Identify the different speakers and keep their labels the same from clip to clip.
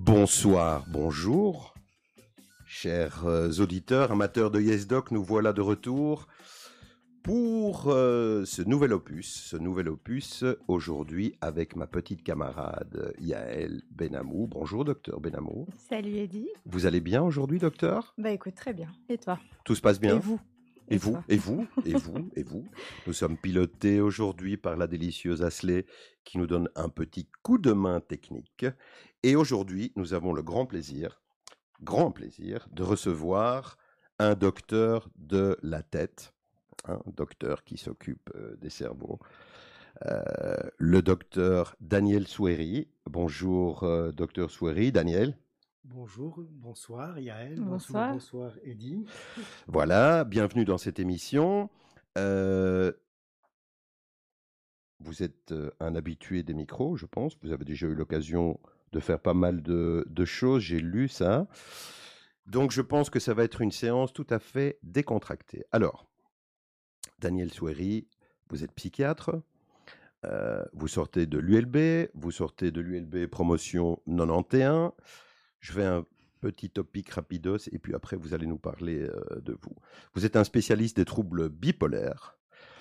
Speaker 1: Bonsoir, bonjour, chers auditeurs, amateurs de YesDoc, nous voilà de retour pour ce nouvel opus, aujourd'hui avec ma petite camarade Yael Benamou. Bonjour docteur Benamou.
Speaker 2: Salut Eddy.
Speaker 1: Vous allez bien aujourd'hui docteur?
Speaker 2: Bah écoute, très bien. Et toi?
Speaker 1: Tout se passe
Speaker 2: Et
Speaker 1: bien?
Speaker 2: vous?
Speaker 1: Et
Speaker 2: Et
Speaker 1: vous?
Speaker 2: toi?
Speaker 1: Et vous? Et vous? Et vous? Nous sommes pilotés aujourd'hui par la délicieuse Asley qui nous donne un petit coup de main technique. Et aujourd'hui, nous avons le grand plaisir de recevoir un docteur de la tête, un docteur qui s'occupe des cerveaux, le docteur Daniel Souery. Bonjour, docteur Souery. Daniel.
Speaker 3: Bonjour, bonsoir Yael,
Speaker 2: Bonsoir.
Speaker 3: bonsoir Eddy.
Speaker 1: Voilà, bienvenue dans cette émission. Vous êtes un habitué des micros, je pense. Vous avez déjà eu l'occasion de faire pas mal de choses, j'ai lu ça. Donc je pense que ça va être une séance tout à fait décontractée. Alors, Daniel Souery, vous êtes psychiatre, vous sortez de l'ULB promotion 91. Je fais un petit topic rapidos et puis après vous allez nous parler de vous. Vous êtes un spécialiste des troubles bipolaires.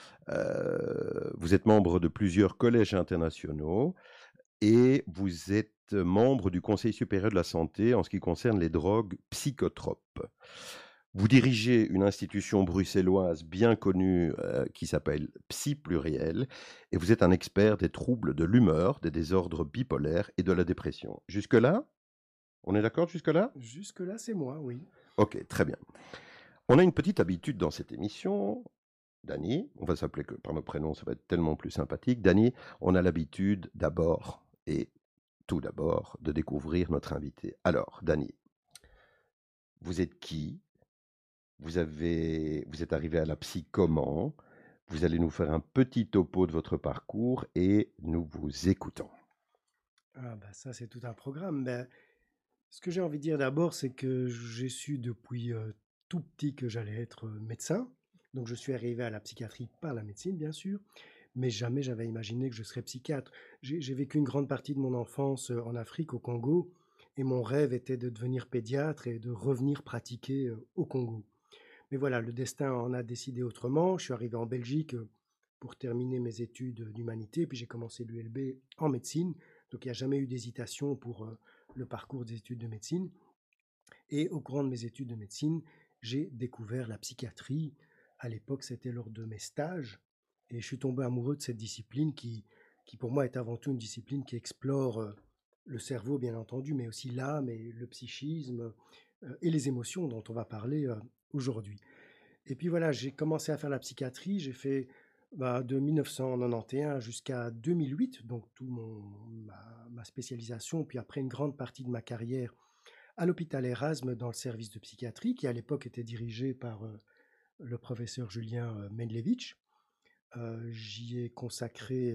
Speaker 1: Vous êtes membre de plusieurs collèges internationaux et vous êtes membre du Conseil supérieur de la santé en ce qui concerne les drogues psychotropes. Vous dirigez une institution bruxelloise bien connue qui s'appelle Psy Pluriel et vous êtes un expert des troubles de l'humeur, des désordres bipolaires et de la dépression. Jusque-là, on est d'accord jusque-là?
Speaker 3: Jusque-là, c'est moi, oui.
Speaker 1: Ok, très bien. On a une petite habitude dans cette émission. Dany, on va s'appeler que par nos prénoms, ça va être tellement plus sympathique. Dany, on a l'habitude d'abord et tout d'abord de découvrir notre invité. Alors, Dany, vous êtes qui? Vous êtes arrivé à la psy comment? Vous allez nous faire un petit topo de votre parcours et nous vous écoutons.
Speaker 3: Ah bah ça, c'est tout un programme. Ben, ce que j'ai envie de dire d'abord, c'est que j'ai su depuis tout petit que j'allais être médecin. Donc je suis arrivé à la psychiatrie par la médecine, bien sûr, mais jamais j'avais imaginé que je serais psychiatre. J'ai vécu une grande partie de mon enfance en Afrique, au Congo, et mon rêve était de devenir pédiatre et de revenir pratiquer au Congo. Mais voilà, le destin en a décidé autrement. Je suis arrivé en Belgique pour terminer mes études d'humanité, puis j'ai commencé l'ULB en médecine. Donc il n'y a jamais eu d'hésitation pour le parcours des études de médecine. Et au cours de mes études de médecine, j'ai découvert la psychiatrie. À l'époque, c'était lors de mes stages. Et je suis tombé amoureux de cette discipline qui pour moi est avant tout une discipline qui explore le cerveau, bien entendu, mais aussi l'âme et le psychisme et les émotions dont on va parler aujourd'hui. Et puis voilà, j'ai commencé à faire la psychiatrie. J'ai fait de 1991 jusqu'à 2008, donc ma spécialisation, puis après une grande partie de ma carrière à l'hôpital Erasme dans le service de psychiatrie, qui à l'époque était dirigé par le professeur Julien Mendlevich. J'y ai consacré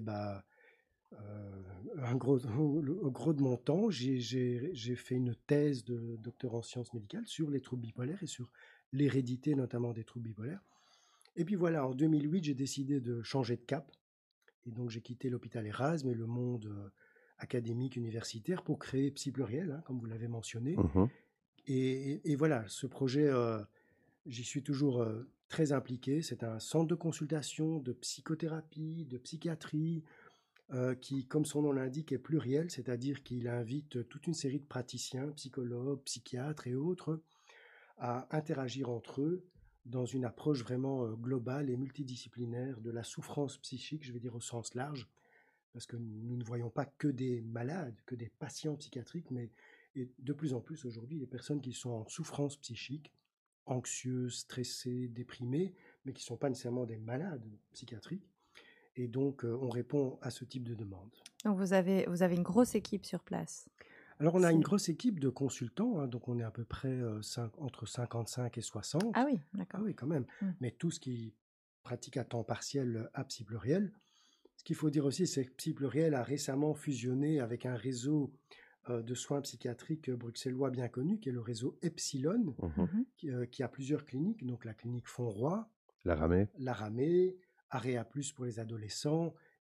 Speaker 3: un gros de mon temps. J'ai fait une thèse de docteur en sciences médicales sur les troubles bipolaires et sur l'hérédité notamment des troubles bipolaires. Et puis voilà, en 2008, j'ai décidé de changer de cap. Et donc j'ai quitté l'hôpital Erasme et le monde académique, universitaire pour créer Psy Pluriel, hein, comme vous l'avez mentionné.
Speaker 1: Mhm.
Speaker 3: Et voilà, ce projet, j'y suis toujours très impliqué. C'est un centre de consultation, de psychothérapie, de psychiatrie, qui, comme son nom l'indique, est pluriel, c'est-à-dire qu'il invite toute une série de praticiens, psychologues, psychiatres et autres, à interagir entre eux dans une approche vraiment globale et multidisciplinaire de la souffrance psychique, je vais dire au sens large, parce que nous ne voyons pas que des malades, que des patients psychiatriques, mais de plus en plus aujourd'hui des personnes qui sont en souffrance psychique, anxieuses, stressées, déprimées, mais qui ne sont pas nécessairement des malades psychiatriques. Et donc, on répond à ce type de demande.
Speaker 2: Donc vous avez une grosse équipe sur place.
Speaker 3: Alors, on a une grosse équipe de consultants, hein, donc on est à peu près entre 55 et 60.
Speaker 2: Ah oui, d'accord.
Speaker 3: Ah oui, quand même.
Speaker 2: Mm.
Speaker 3: Mais tous qui pratiquent à temps partiel à Psy Pluriel. Ce qu'il faut dire aussi, c'est que Psy Pluriel a récemment fusionné avec un réseau de soins psychiatriques bruxellois bien connu, qui est le réseau Epsilon, qui a plusieurs cliniques, donc la clinique Fonroy,
Speaker 1: La ramée.
Speaker 3: la Ramée, Area Plus pour les adolescents,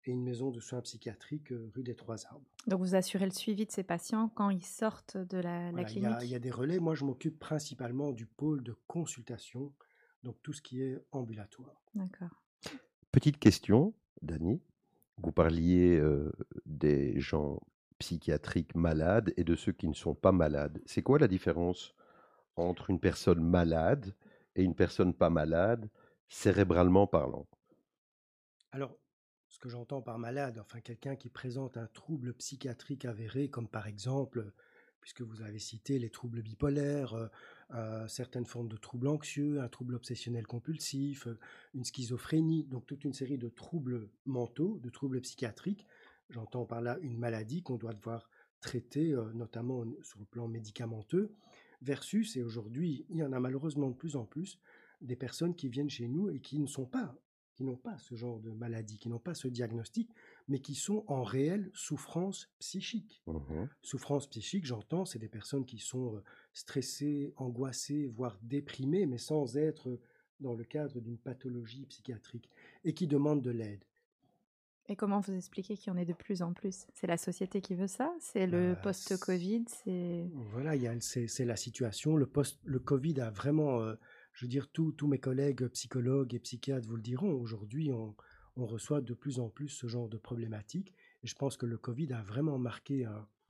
Speaker 3: et une maison de soins psychiatriques rue des Trois Arbres.
Speaker 2: Donc, vous assurez le suivi de ces patients quand ils sortent de la
Speaker 3: Voilà, il y a
Speaker 2: clinique?
Speaker 3: des relais. Moi, je m'occupe principalement du pôle de consultation, donc tout ce qui est ambulatoire.
Speaker 2: D'accord.
Speaker 1: Petite question, Dany. Vous parliez des gens psychiatriques malades et de ceux qui ne sont pas malades. C'est quoi la différence entre une personne malade et une personne pas malade, cérébralement parlant?
Speaker 3: Alors, ce que j'entends par malade, enfin quelqu'un qui présente un trouble psychiatrique avéré, comme par exemple, puisque vous avez cité les troubles bipolaires, certaines formes de troubles anxieux, un trouble obsessionnel compulsif, une schizophrénie, donc toute une série de troubles mentaux, de troubles psychiatriques. J'entends par là une maladie qu'on doit devoir traiter, notamment sur le plan médicamenteux, versus, et aujourd'hui, il y en a malheureusement de plus en plus, des personnes qui viennent chez nous et qui n'ont pas ce genre de maladie, qui n'ont pas ce diagnostic, mais qui sont en réelle souffrance psychique.
Speaker 1: Mhm.
Speaker 3: Souffrance psychique, j'entends, c'est des personnes qui sont stressées, angoissées, voire déprimées, mais sans être dans le cadre d'une pathologie psychiatrique, et qui demandent de l'aide.
Speaker 2: Et comment vous expliquez qu'il y en ait de plus en plus? C'est la société qui veut ça? C'est le
Speaker 3: Euh,
Speaker 2: post-Covid?
Speaker 3: Voilà, c'est la situation. Le Covid a vraiment, je veux dire, tous mes collègues psychologues et psychiatres vous le diront, aujourd'hui, on reçoit de plus en plus ce genre de problématiques. Et je pense que le Covid a vraiment marqué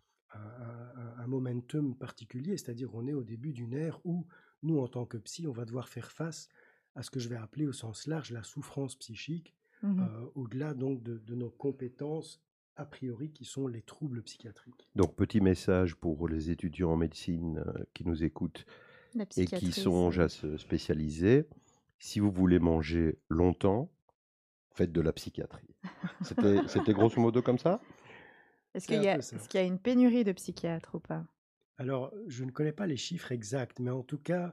Speaker 3: un momentum particulier, c'est-à-dire on est au début d'une ère où nous, en tant que psy, on va devoir faire face à ce que je vais appeler au sens large la souffrance psychique,
Speaker 2: Mhm.
Speaker 3: au-delà donc de nos compétences a priori qui sont les troubles psychiatriques.
Speaker 1: Donc, petit message pour les étudiants en médecine qui nous écoutent
Speaker 2: La
Speaker 1: et qui
Speaker 2: psychiatrie,
Speaker 1: songent à se spécialiser. Si vous voulez manger longtemps, faites de la psychiatrie. C'était grosso modo comme ça?
Speaker 2: Est-ce
Speaker 3: C'est
Speaker 2: qu'il
Speaker 3: un
Speaker 2: y
Speaker 3: peu ça.
Speaker 2: est-ce qu'il y a une pénurie de psychiatres ou pas?
Speaker 3: Alors, je ne connais pas les chiffres exacts, mais en tout cas,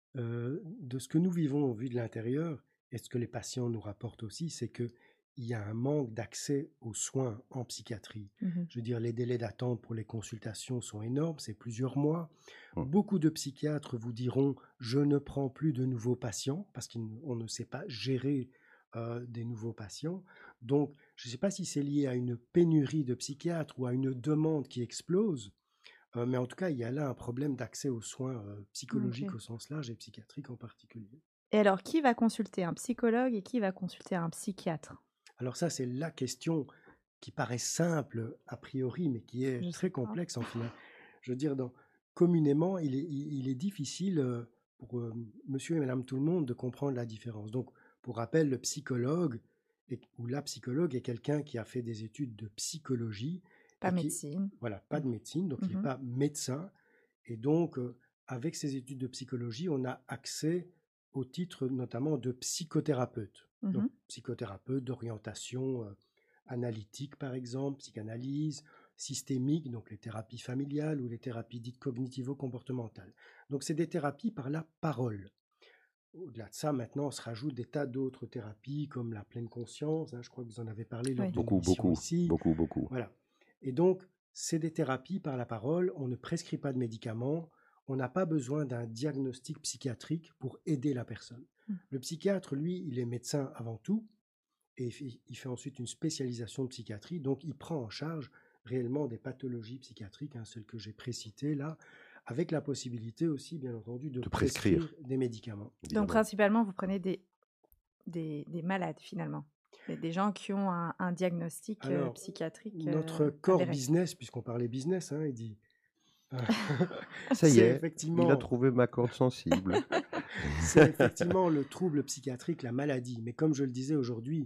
Speaker 3: de ce que nous vivons vu de l'intérieur, et ce que les patients nous rapportent aussi, c'est qu'il y a un manque d'accès aux soins en psychiatrie.
Speaker 2: Mhm.
Speaker 3: Je veux dire, les délais d'attente pour les consultations sont énormes, c'est plusieurs mois.
Speaker 1: Mmh.
Speaker 3: Beaucoup de psychiatres vous diront, je ne prends plus de nouveaux patients, parce qu'on ne sait pas gérer des nouveaux patients. Donc, je ne sais pas si c'est lié à une pénurie de psychiatres ou à une demande qui explose. Mais en tout cas, il y a là un problème d'accès aux soins psychologiques
Speaker 2: Ok.
Speaker 3: au sens large et psychiatriques en particulier.
Speaker 2: Et alors, qui va consulter un psychologue et qui va consulter un psychiatre?
Speaker 3: Alors ça, c'est la question qui paraît simple a priori, mais qui est
Speaker 2: Je sais
Speaker 3: très
Speaker 2: pas.
Speaker 3: complexe en final. Je veux dire, communément, il est difficile pour monsieur et madame tout le monde de comprendre la différence. Donc, pour rappel, le psychologue ou la psychologue est quelqu'un qui a fait des études de psychologie
Speaker 2: Pas
Speaker 3: et qui,
Speaker 2: médecine.
Speaker 3: voilà, pas de médecine, donc il n'est
Speaker 2: Mhm.
Speaker 3: pas médecin. Et donc, avec ces études de psychologie, on a accès au titre notamment de psychothérapeute. Donc,
Speaker 2: Mhm.
Speaker 3: psychothérapeute d'orientation analytique, par exemple, psychanalyse, systémique, donc les thérapies familiales ou les thérapies dites cognitivo-comportementales. Donc, c'est des thérapies par la parole. Au-delà de ça, maintenant, on se rajoute des tas d'autres thérapies comme la pleine conscience. Je crois que vous en avez parlé lors
Speaker 2: Oui.
Speaker 3: d'une
Speaker 1: Beaucoup,
Speaker 3: émission
Speaker 1: beaucoup,
Speaker 3: ici.
Speaker 1: beaucoup, beaucoup.
Speaker 3: Voilà. Et donc, c'est des thérapies par la parole. On ne prescrit pas de médicaments. On n'a pas besoin d'un diagnostic psychiatrique pour aider la personne.
Speaker 2: Mm.
Speaker 3: Le psychiatre, lui, il est médecin avant tout et il fait ensuite une spécialisation de psychiatrie. Donc, il prend en charge réellement des pathologies psychiatriques, celles que j'ai précitées là, avec la possibilité aussi, bien entendu, de
Speaker 1: prescrire.
Speaker 3: prescrire des médicaments.
Speaker 1: Évidemment.
Speaker 2: Donc, principalement, vous prenez des malades, finalement. Des gens qui ont un diagnostic
Speaker 3: Alors,
Speaker 2: psychiatrique
Speaker 3: notre core
Speaker 2: avéré.
Speaker 3: business, puisqu'on parlait business, Eddy,
Speaker 1: Ça y
Speaker 3: c'est
Speaker 1: est, il a
Speaker 3: effectivement,
Speaker 1: trouvé ma corde sensible.
Speaker 3: c'est effectivement le trouble psychiatrique, la maladie. Mais comme je le disais aujourd'hui,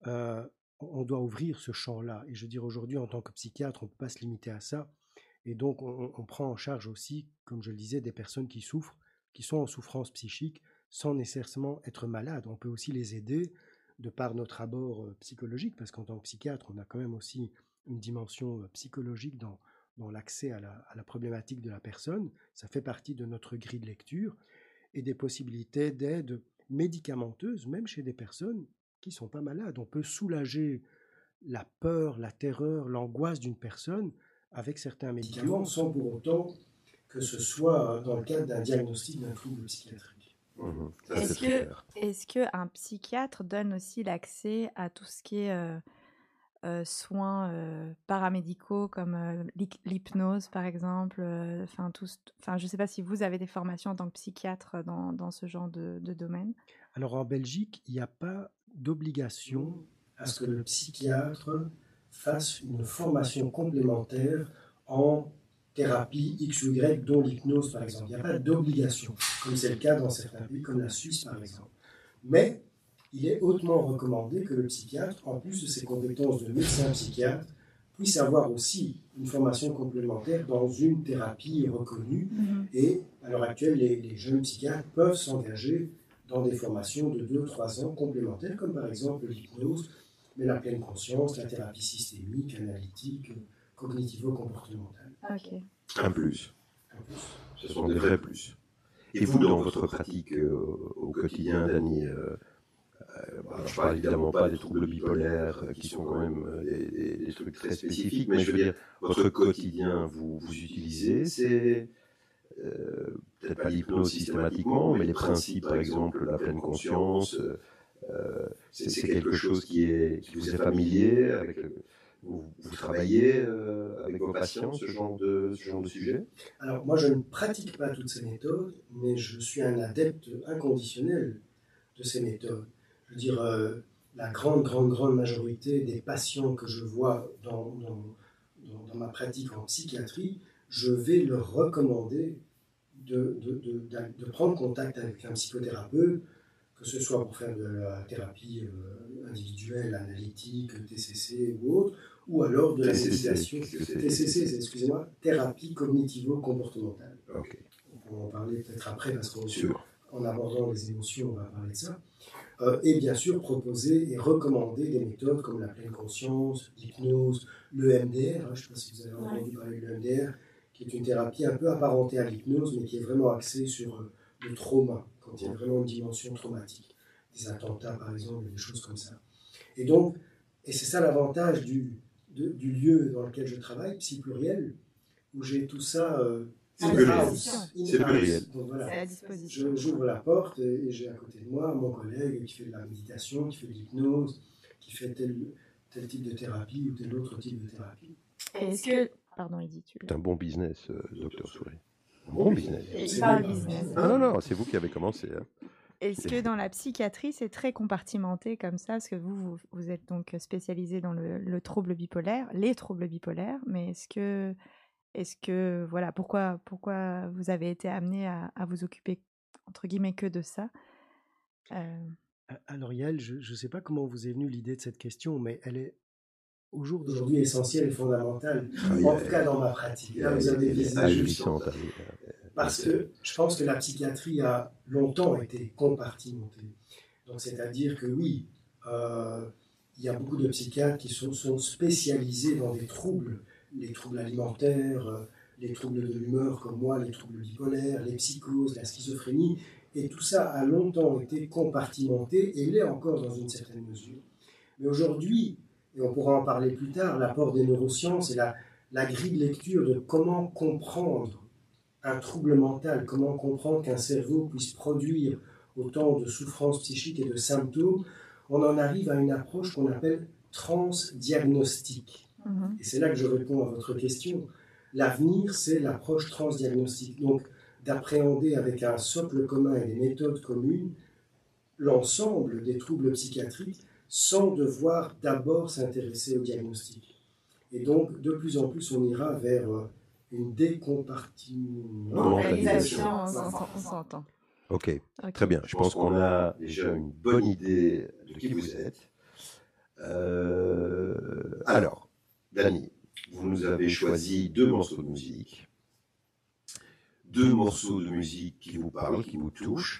Speaker 3: on doit ouvrir ce champ-là. Et je veux dire, aujourd'hui, en tant que psychiatre, on ne peut pas se limiter à ça. Et donc, on prend en charge aussi, comme je le disais, des personnes qui souffrent, qui sont en souffrance psychique, sans nécessairement être malades. On peut aussi les aider de par notre abord psychologique, parce qu'en tant que psychiatre, on a quand même aussi une dimension psychologique dans l'accès à la problématique de la personne. Ça fait partie de notre grille de lecture et des possibilités d'aide médicamenteuse, même chez des personnes qui ne sont pas malades. On peut soulager la peur, la terreur, l'angoisse d'une personne avec certains médicaments sans pour autant que ce soit dans le cadre d'un diagnostic d'un trouble psychiatrique.
Speaker 1: Mhm. Ça, c'est très clair.
Speaker 2: Est-ce qu'un psychiatre donne aussi l'accès à tout ce qui est soins paramédicaux comme l'hypnose, par exemple. Je ne sais pas si vous avez des formations en tant que psychiatre dans ce genre de domaine.
Speaker 3: Alors en Belgique, il n'y a pas d'obligation à ce que le psychiatre fasse une formation complémentaire en thérapie X ou Y, dont l'hypnose par exemple. Il n'y a pas d'obligation, comme c'est le cas dans certains pays comme la Suisse par exemple. Mais il est hautement recommandé que le psychiatre, en plus de ses compétences de médecin psychiatre, puisse avoir aussi une formation complémentaire dans une thérapie reconnue. Et à l'heure actuelle, les jeunes psychiatres peuvent s'engager dans des formations de 2-3 ans complémentaires, comme par exemple l'hypnose, mais la pleine conscience, la thérapie systémique, analytique, cognitivo-comportementale.
Speaker 2: Ok.
Speaker 1: Un plus. Ce sont des vrais plus. Et vous, dans votre pratique au quotidien, Dany, je ne parle évidemment pas des troubles bipolaires qui sont quand même des trucs très spécifiques, mais je veux dire, votre quotidien, vous utilisez ces... peut-être pas l'hypnose systématiquement, mais les principes, par exemple, la pleine conscience, c'est quelque chose qui vous est familier, vous travaillez avec vos patients ce genre de sujet?
Speaker 3: Alors moi je ne pratique pas toutes ces méthodes, mais je suis un adepte inconditionnel de ces méthodes. Je veux dire, la grande majorité des patients que je vois dans ma pratique en psychiatrie, je vais leur recommander de prendre contact avec un psychothérapeute, que ce soit pour faire de la thérapie individuelle, analytique, TCC ou autre, ou alors de la méditation. TCC, excusez-moi, thérapie cognitivo-comportementale.
Speaker 1: Okay.
Speaker 3: On pourra en parler peut-être après, parce qu'en abordant les émotions, on va parler de ça. Et bien sûr, proposer et recommander des méthodes comme la pleine conscience, l'hypnose, le MDR. Je ne sais pas si vous avez entendu parler de l'EMDR, qui est une thérapie un peu apparentée à l'hypnose, mais qui est vraiment axée sur le trauma, quand il y a vraiment une dimension traumatique. Des attentats, par exemple, des choses comme ça. Et donc, et c'est ça l'avantage du lieu dans lequel je travaille, Psy Pluriel, où j'ai tout ça
Speaker 1: c'est pluriel.
Speaker 3: Donc voilà,
Speaker 2: c'est à la disposition.
Speaker 3: J'ouvre la porte et j'ai à côté de moi mon collègue qui fait de la méditation, qui fait de l'hypnose, qui fait tel type de thérapie ou tel autre type de thérapie.
Speaker 2: Est-ce que... Pardon, Edith.
Speaker 1: C'est un bon business, Dr Souris. Un bon business.
Speaker 2: Il parle business.
Speaker 1: Non, c'est vous qui avez commencé. Hein.
Speaker 2: Est-ce que dans la psychiatrie, c'est très compartimenté comme ça? Parce que vous êtes donc spécialisé dans le trouble bipolaire, les troubles bipolaires, mais est-ce que voilà, pourquoi vous avez été amené à vous occuper, entre guillemets, que de ça?
Speaker 3: Alors Yael, je ne sais pas comment vous est venue l'idée de cette question, mais elle est au jour d'aujourd'hui essentielle et fondamentale, en tout cas dans ma pratique. Là, vous avez des parce que je pense que la psychiatrie a longtemps été compartimentée. Donc, c'est-à-dire que oui, il y a beaucoup de psychiatres qui sont spécialisés dans des troubles, les troubles alimentaires, les troubles de l'humeur comme moi, les troubles bipolaires, les psychoses, la schizophrénie, et tout ça a longtemps été compartimenté et l'est encore dans une certaine mesure. Mais aujourd'hui, et on pourra en parler plus tard, l'apport des neurosciences et la grille de lecture de comment comprendre un trouble mental, comment comprendre qu'un cerveau puisse produire autant de souffrances psychiques et de symptômes, on en arrive à une approche qu'on appelle transdiagnostique. Et c'est là que je réponds à votre question. L'avenir, c'est l'approche transdiagnostique. Donc, d'appréhender avec un socle commun et des méthodes communes l'ensemble des troubles psychiatriques sans devoir d'abord s'intéresser au diagnostic. Et donc, de plus en plus, on ira vers une décompartimentalisation.
Speaker 2: On s'entend.
Speaker 1: Ok, très bien. Je pense qu'on a déjà une bonne idée de qui vous êtes. Alors, Dany, vous nous avez choisi 2 morceaux de musique. 2 morceaux de musique qui vous parlent, qui vous touchent.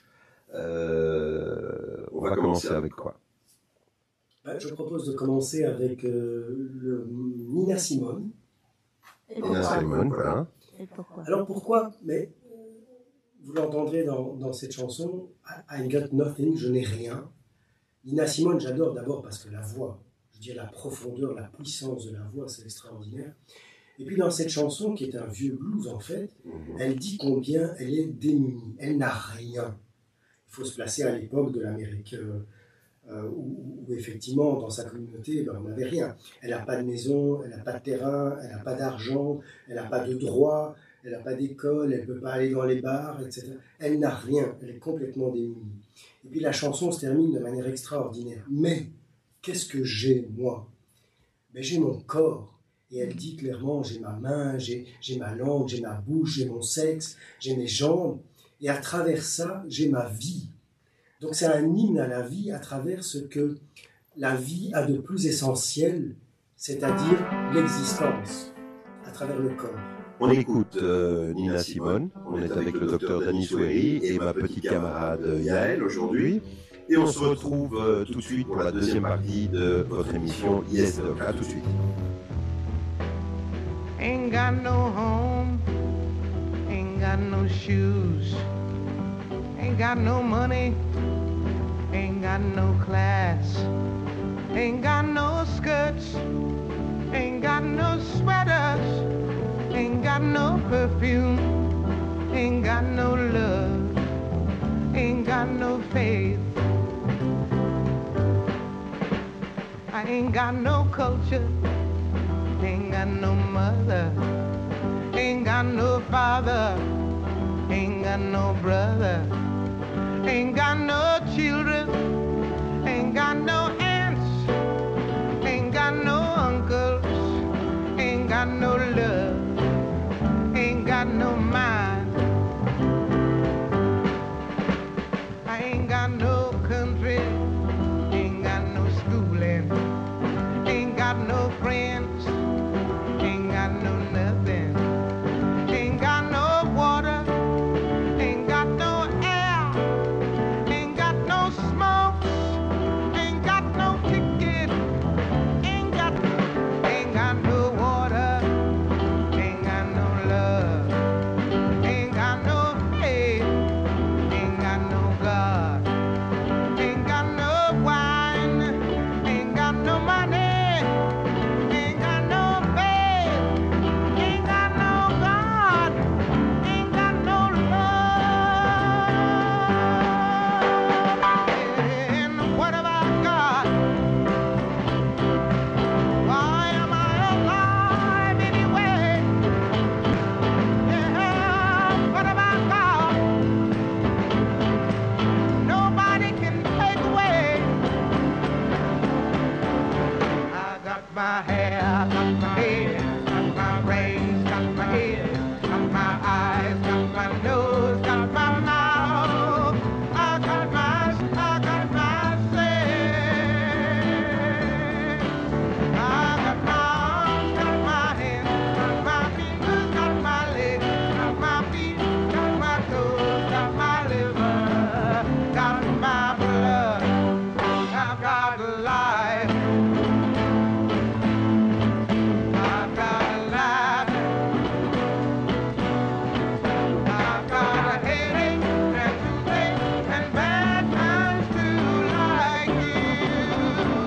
Speaker 1: On va commencer avec quoi?
Speaker 3: Je propose de commencer avec Nina Simone.
Speaker 1: Nina Simone, voilà.
Speaker 2: Et pourquoi?
Speaker 3: Alors pourquoi? Mais vous l'entendrez dans cette chanson, I Got Nothing, je n'ai rien. Nina Simone, j'adore d'abord parce que la voix, je dis la profondeur, la puissance de la voix, c'est extraordinaire. Et puis dans cette chanson, qui est un vieux blues en fait, elle dit combien elle est démunie, elle n'a rien. Il faut se placer à l'époque de l'Amérique où effectivement, dans sa communauté, ben, on n'avait rien. Elle n'a pas de maison, elle n'a pas de terrain, elle n'a pas d'argent, elle n'a pas de droit, elle n'a pas d'école, elle ne peut pas aller dans les bars, etc. Elle n'a rien, elle est complètement démunie. Et puis la chanson se termine de manière extraordinaire. Mais qu'est-ce que j'ai, moi? Ben, j'ai mon corps. Et elle dit clairement, j'ai ma main, j'ai ma langue, j'ai ma bouche, j'ai mon sexe, j'ai mes jambes. Et à travers ça, j'ai ma vie. Donc c'est un hymne à la vie à travers ce que la vie a de plus essentiel, c'est-à-dire l'existence, à travers le corps.
Speaker 1: On écoute Nina Simone, on est avec le docteur Danny Soueri et ma petite camarade Yael aujourd'hui. Et on se retrouve tout de suite pour la deuxième partie de votre émission Yes Doc. À tout de suite.
Speaker 4: Ain't got no home, ain't got no shoes, ain't got no money, ain't got no class, ain't got no skirts, ain't got no sweaters, ain't got no perfume, ain't got no love, ain't got no faith. I ain't got no culture, ain't got no mother, ain't got no father, ain't got no brother, ain't got no children, ain't got no aunts, ain't got no uncles, ain't got no love, ain't got no mind. I ain't got no country, ain't got no schooling, ain't got no friends, ain't got no nothing, ain't got no water, ain't got no air, ain't got no smoke, ain't got no ticket, ain't got no water, ain't got no love, ain't got no faith, ain't got no God, ain't got no wine, ain't got no money. Ain't got no faith, ain't got no God, ain't got no love. And what about God? Why am I alive anyway? Yeah, what about God? Nobody can take away. I got my hair, got my head, got my brains, got my head, got my eyes, got my nose, got my mouth. I got my sense. I got my arms, got my hands, got my fingers, got my legs, got my feet, got my toes, got my liver, got my blood. I've got life. I've got life. I've got a headache and toothache and bad times too, like you.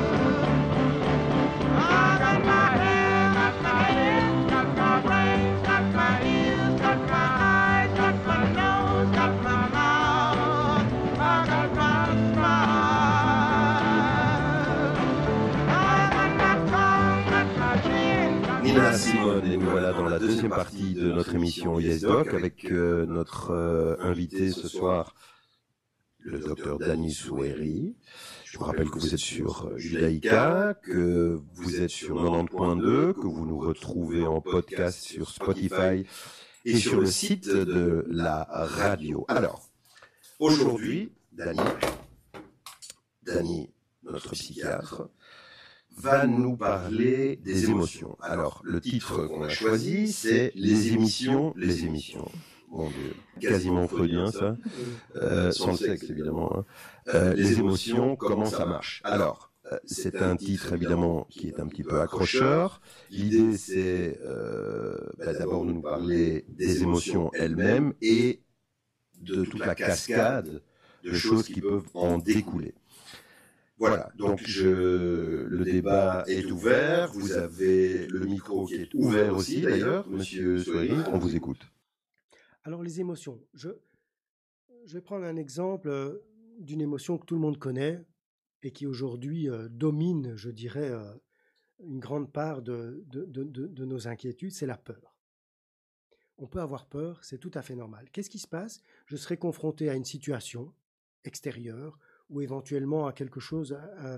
Speaker 4: I got my hair, got my head, got my brains, got my ears, got my eyes, got my nose, got my mouth. I got my smile. I got my tongue, got my chin, got
Speaker 1: Nina Simone, et nous voilà dans la deuxième partie de notre émission Yes Doc avec notre invité ce soir, le docteur Danny Soueri. Je vous rappelle que vous êtes sur Judaïka, que vous êtes sur 90.2, que vous nous retrouvez en podcast sur Spotify et sur le site de la radio. Alors, aujourd'hui, Danny, notre psychiatre, va nous parler des émotions. Alors, le titre qu'on a choisi, c'est Les émissions. Mon Dieu, quasiment freudien ça, sans le sexe évidemment. Les émotions, comment ça marche? Alors, c'est un titre évidemment qui est un petit peu accrocheur. L'idée c'est d'abord de nous parler des émotions elles-mêmes et de toute la cascade de choses qui peuvent en découler. Voilà, donc le débat est ouvert, vous avez le micro qui est ouvert aussi d'ailleurs, Monsieur Soueri, on vous écoute.
Speaker 3: Alors les émotions, je vais prendre un exemple d'une émotion que tout le monde connaît, et qui aujourd'hui domine, je dirais, une grande part de nos inquiétudes, c'est la peur. On peut avoir peur, c'est tout à fait normal. Qu'est-ce qui se passe? Je serai confronté à une situation extérieure ou éventuellement à quelque chose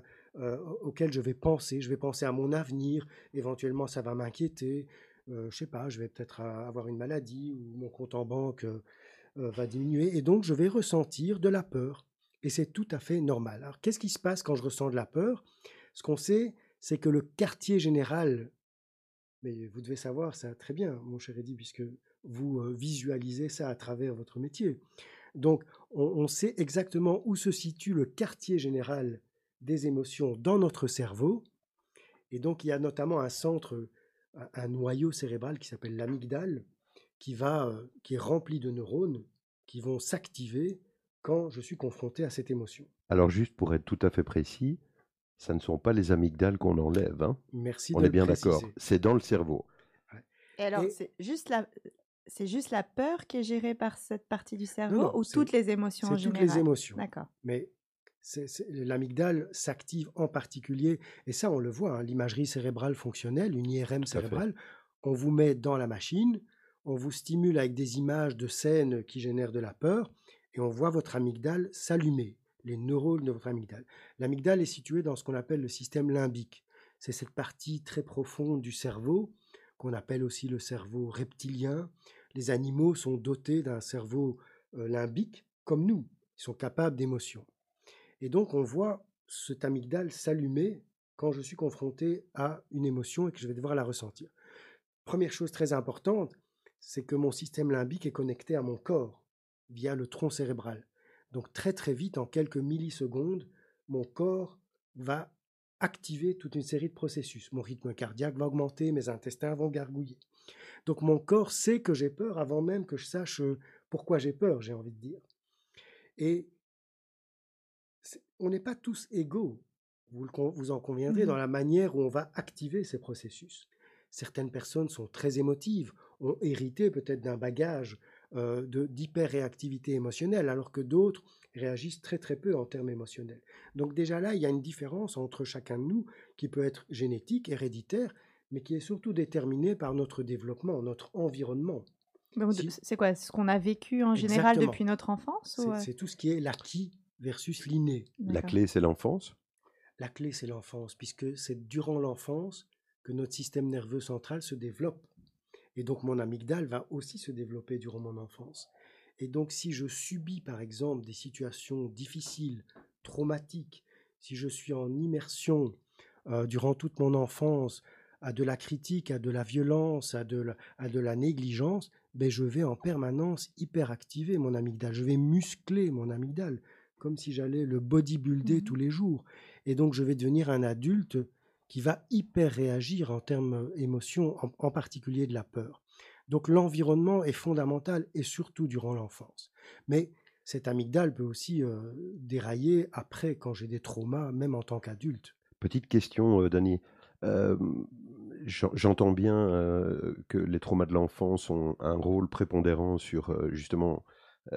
Speaker 3: auquel je vais penser à mon avenir, éventuellement ça va m'inquiéter, je sais pas, je vais peut-être avoir une maladie ou mon compte en banque va diminuer et donc je vais ressentir de la peur et c'est tout à fait normal. Alors qu'est-ce qui se passe quand je ressens de la peur? Ce qu'on sait, c'est que le quartier général, mais vous devez savoir ça très bien, mon cher Eddy, puisque vous visualisez ça à travers votre métier. Donc, on sait exactement où se situe le quartier général des émotions dans notre cerveau. Et donc, il y a notamment un centre, un noyau cérébral qui s'appelle l'amygdale, qui est rempli de neurones qui vont s'activer quand je suis confronté à cette émotion.
Speaker 1: Alors juste pour être tout à fait précis, ça ne sont pas les amygdales qu'on enlève, hein?
Speaker 3: Merci
Speaker 1: On
Speaker 3: de
Speaker 1: est
Speaker 3: le
Speaker 1: bien d'accord.
Speaker 3: préciser.
Speaker 1: C'est dans le cerveau.
Speaker 3: Ouais.
Speaker 2: Et alors,
Speaker 3: Et-
Speaker 2: c'est juste la peur qui est gérée par cette partie du cerveau
Speaker 3: non,
Speaker 2: ou
Speaker 3: c'est-
Speaker 2: toutes les émotions en
Speaker 3: C'est toutes
Speaker 2: général?
Speaker 3: les émotions.
Speaker 2: D'accord.
Speaker 3: Mais l'amygdale s'active en particulier, et ça on le voit, hein, l'imagerie cérébrale fonctionnelle, une IRM
Speaker 1: Tout à fait.
Speaker 3: cérébrale, on vous met dans la machine, on vous stimule avec des images de scènes qui génèrent de la peur, et on voit votre amygdale s'allumer, les neurones de votre amygdale. L'amygdale est située dans ce qu'on appelle le système limbique. C'est cette partie très profonde du cerveau, qu'on appelle aussi le cerveau reptilien. Les animaux sont dotés d'un cerveau limbique, comme nous. Ils sont capables d'émotions. Et donc, on voit cet amygdale s'allumer quand je suis confronté à une émotion et que je vais devoir la ressentir. Première chose très importante, c'est que mon système limbique est connecté à mon corps via le tronc cérébral. Donc, très très vite, en quelques millisecondes, mon corps va activer toute une série de processus. Mon rythme cardiaque va augmenter, mes intestins vont gargouiller. Donc, mon corps sait que j'ai peur avant même que je sache pourquoi j'ai peur, j'ai envie de dire. Et on n'est pas tous égaux, vous en conviendrez, dans la manière où on va activer ces processus. Certaines personnes sont très émotives, ont hérité peut-être d'un bagage d'hyperréactivité émotionnelle, alors que d'autres réagissent très très peu en termes émotionnels. Donc déjà là, il y a une différence entre chacun de nous qui peut être génétique, héréditaire, mais qui est surtout déterminée par notre développement, notre environnement.
Speaker 2: Donc,
Speaker 3: Si-
Speaker 2: c'est quoi? Ce qu'on a vécu en général
Speaker 3: Exactement.
Speaker 2: depuis notre enfance ou,
Speaker 3: C'est tout ce qui est l'acquis versus l'inné.
Speaker 1: La
Speaker 2: D'accord.
Speaker 1: clé, c'est l'enfance?
Speaker 3: La clé, c'est l'enfance, puisque c'est durant l'enfance que notre système nerveux central se développe. Et donc mon amygdale va aussi se développer durant mon enfance. Et donc si je subis par exemple des situations difficiles, traumatiques, si je suis en immersion durant toute mon enfance à de la critique, à de la violence, à de la négligence, ben je vais en permanence hyperactiver mon amygdale, je vais muscler mon amygdale, comme si j'allais le bodybuilder tous les jours. Et donc je vais devenir un adulte qui va hyper réagir en termes émotions, en particulier de la peur. Donc l'environnement est fondamental et surtout durant l'enfance. Mais cette amygdale peut aussi dérailler après quand j'ai des traumas, même en tant qu'adulte.
Speaker 1: Petite question, Dany. J'entends bien que les traumas de l'enfance ont un rôle prépondérant sur justement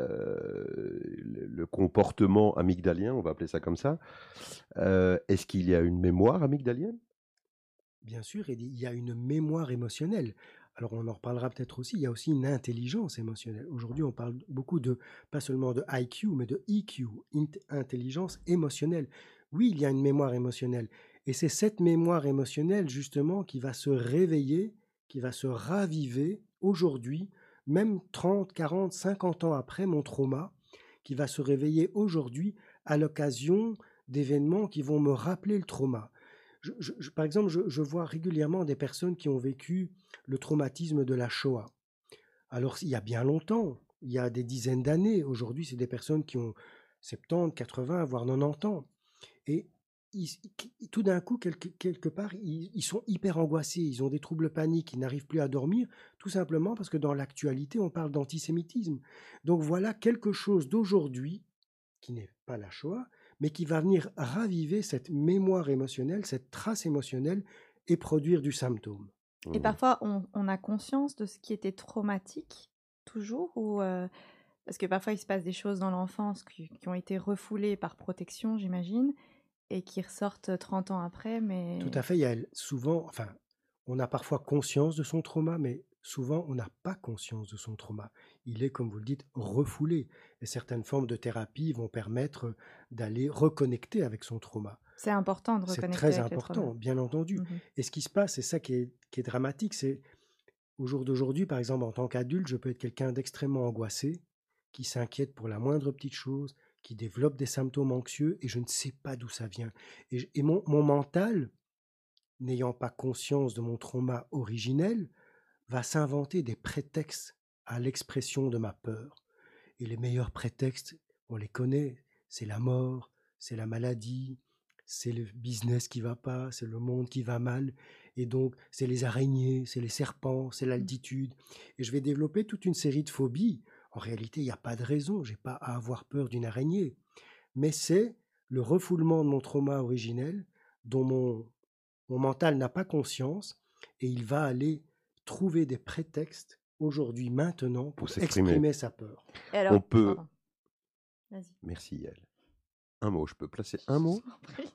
Speaker 1: le comportement amygdalien, on va appeler ça comme ça. Est-ce qu'il y a une mémoire amygdalienne?
Speaker 3: Bien sûr, il y a une mémoire émotionnelle. Alors on en reparlera peut-être aussi, il y a aussi une intelligence émotionnelle. Aujourd'hui, on parle beaucoup pas seulement de IQ, mais de EQ, intelligence émotionnelle. Oui, il y a une mémoire émotionnelle. Et c'est cette mémoire émotionnelle, justement, qui va se réveiller, qui va se raviver aujourd'hui, même 30, 40, 50 ans après mon trauma, qui va se réveiller aujourd'hui à l'occasion d'événements qui vont me rappeler le trauma. Par exemple, je vois régulièrement des personnes qui ont vécu le traumatisme de la Shoah. Alors, il y a bien longtemps, il y a des dizaines d'années. Aujourd'hui, c'est des personnes qui ont 70, 80, voire 90 ans. Et tout d'un coup, quelque part, ils sont hyper angoissés, ils ont des troubles paniques, ils n'arrivent plus à dormir, tout simplement parce que dans l'actualité, on parle d'antisémitisme. Donc voilà quelque chose d'aujourd'hui, qui n'est pas la Shoah, mais qui va venir raviver cette mémoire émotionnelle, cette trace émotionnelle et produire du symptôme.
Speaker 2: Et parfois, on a conscience de ce qui était traumatique, toujours, ou parce que parfois, il se passe des choses dans l'enfance qui ont été refoulées par protection, j'imagine. et qui ressortent 30 ans après,
Speaker 3: Tout
Speaker 2: mais
Speaker 3: à fait. Il y a souvent, enfin, on a parfois conscience de son trauma, mais souvent on n'a pas conscience de son trauma. Il est, comme vous le dites, refoulé. Et certaines formes de thérapie vont permettre d'aller reconnecter avec son trauma.
Speaker 2: c'est important de
Speaker 3: C'est
Speaker 2: reconnecter
Speaker 3: très
Speaker 2: avec le trauma.
Speaker 3: important, bien entendu.
Speaker 2: Mhm.
Speaker 3: Et ce qui se passe, c'est ça qui est dramatique, c'est au jour d'aujourd'hui, par exemple, en tant qu'adulte, je peux être quelqu'un d'extrêmement angoissé, qui s'inquiète pour la moindre petite chose, qui développe des symptômes anxieux, et je ne sais pas d'où ça vient. Et mon mental, n'ayant pas conscience de mon trauma originel, va s'inventer des prétextes à l'expression de ma peur. Et les meilleurs prétextes, on les connaît, c'est la mort, c'est la maladie, c'est le business qui va pas, c'est le monde qui va mal, et donc c'est les araignées, c'est les serpents, c'est l'altitude. Et je vais développer toute une série de phobies. En réalité, il n'y a pas de raison, j'ai pas à avoir peur d'une araignée. Mais c'est le refoulement de mon trauma originel dont mon mental n'a pas conscience, et il va aller trouver des prétextes aujourd'hui, maintenant,
Speaker 1: Pour
Speaker 3: pour
Speaker 1: s'exprimer.
Speaker 3: exprimer sa peur.
Speaker 2: Et alors,
Speaker 1: On peut.
Speaker 2: pardon. Vas-y.
Speaker 1: Merci, Yael. Un mot, je peux placer un mot?
Speaker 2: Je t'en prie.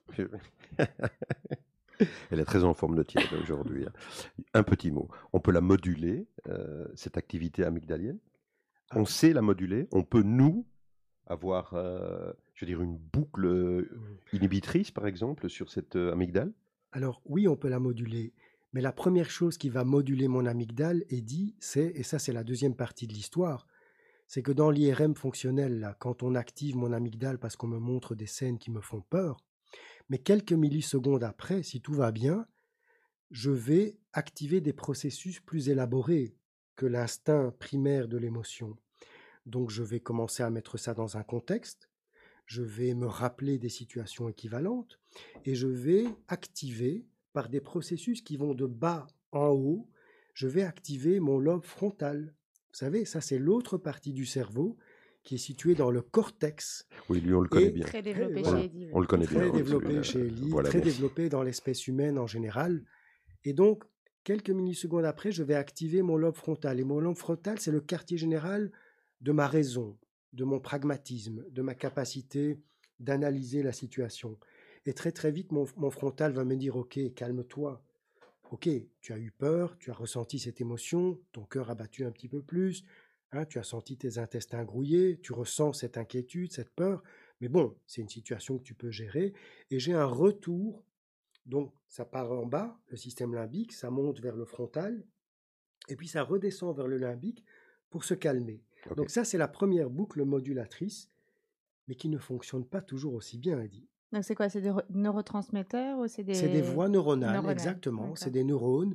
Speaker 1: Elle est très en forme de tiède aujourd'hui, hein. Un petit mot. On peut la moduler, cette activité amygdalienne.
Speaker 3: Ah
Speaker 1: On
Speaker 3: oui.
Speaker 1: sait la moduler. On peut, nous, avoir, je veux dire, une boucle inhibitrice, par exemple, sur cette amygdale.
Speaker 3: Alors oui, on peut la moduler, mais la première chose qui va moduler mon amygdale est dit, et ça c'est la deuxième partie de l'histoire, c'est que dans l'IRM fonctionnel, là, quand on active mon amygdale parce qu'on me montre des scènes qui me font peur, mais quelques millisecondes après, si tout va bien, je vais activer des processus plus élaborés que l'instinct primaire de l'émotion. Donc je vais commencer à mettre ça dans un contexte, je vais me rappeler des situations équivalentes et je vais activer par des processus qui vont de bas en haut, je vais activer mon lobe frontal. Vous savez, ça c'est l'autre partie du cerveau qui est située dans le cortex.
Speaker 1: Oui, lui, on le connaît
Speaker 3: Et
Speaker 1: bien.
Speaker 2: Très développé
Speaker 3: voilà.
Speaker 2: chez Eddie.
Speaker 1: On le connaît bien.
Speaker 3: Très
Speaker 1: hein,
Speaker 3: développé
Speaker 1: celui-là.
Speaker 3: chez Ellie,
Speaker 1: Voilà,
Speaker 3: très
Speaker 1: merci.
Speaker 3: développé dans l'espèce humaine en général. Et donc, quelques millisecondes après, je vais activer mon lobe frontal. Et mon lobe frontal, c'est le quartier général de ma raison, de mon pragmatisme, de ma capacité d'analyser la situation. Et très très vite, mon frontal va me dire, ok, calme-toi. Ok, tu as eu peur, tu as ressenti cette émotion, ton cœur a battu un petit peu plus, hein, tu as senti tes intestins grouillés, tu ressens cette inquiétude, cette peur. Mais bon, c'est une situation que tu peux gérer. Et j'ai un retour. Donc, ça part en bas, le système limbique, ça monte vers le frontal, et puis ça redescend vers le limbique pour se calmer.
Speaker 1: Ok.
Speaker 3: Donc ça, c'est la première boucle modulatrice, mais qui ne fonctionne pas toujours aussi bien, Eddie.
Speaker 2: Donc c'est quoi? C'est des neurotransmetteurs ou c'est
Speaker 3: C'est des voies neuronales,
Speaker 2: neuronales,
Speaker 3: exactement.
Speaker 2: d'accord.
Speaker 3: C'est des neurones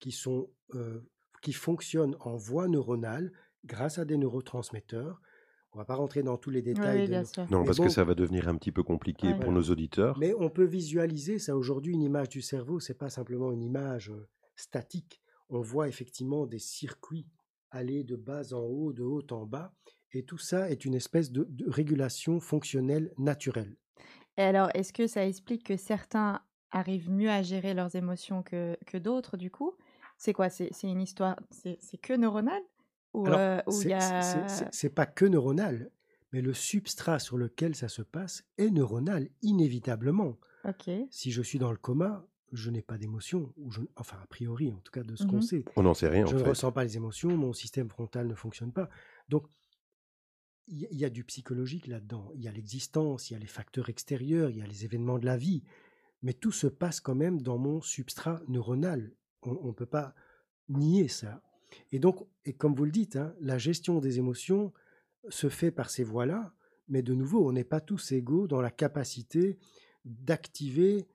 Speaker 3: qui fonctionnent en voie neuronale grâce à des neurotransmetteurs. On ne va pas rentrer dans tous les
Speaker 2: Oui,
Speaker 3: détails
Speaker 2: oui,
Speaker 3: de
Speaker 2: bien
Speaker 3: nos-
Speaker 2: sûr.
Speaker 1: Non,
Speaker 3: Mais
Speaker 1: parce
Speaker 3: bon,
Speaker 1: que ça va devenir un petit peu compliqué
Speaker 2: Ouais.
Speaker 1: pour nos auditeurs.
Speaker 3: Mais on peut visualiser ça aujourd'hui, une image du cerveau, c'est pas simplement une image statique. On voit effectivement des circuits aller de bas en haut, de haut en bas, et tout ça est une espèce de régulation fonctionnelle naturelle.
Speaker 2: Et alors, est-ce que ça explique que certains arrivent mieux à gérer leurs émotions que d'autres, du coup? C'est quoi? C'est une histoire, c'est que neuronal? Ou
Speaker 3: Alors,
Speaker 2: où il y a...
Speaker 3: c'est pas que neuronal, mais le substrat sur lequel ça se passe est neuronal, inévitablement.
Speaker 2: Ok.
Speaker 3: Si je suis dans le coma, je n'ai pas d'émotion, enfin a priori, en tout cas de ce qu'on
Speaker 2: Mhm.
Speaker 3: sait.
Speaker 1: On n'en sait rien, en
Speaker 3: Je ne
Speaker 1: fait.
Speaker 3: ressens pas les émotions, mon système frontal ne fonctionne pas. Donc, il y a du psychologique là-dedans. Il y a l'existence, il y a les facteurs extérieurs, il y a les événements de la vie. Mais tout se passe quand même dans mon substrat neuronal. On ne peut pas nier ça. Et donc, et comme vous le dites, hein, la gestion des émotions se fait par ces voies-là. Mais de nouveau, on n'est pas tous égaux dans la capacité d'activer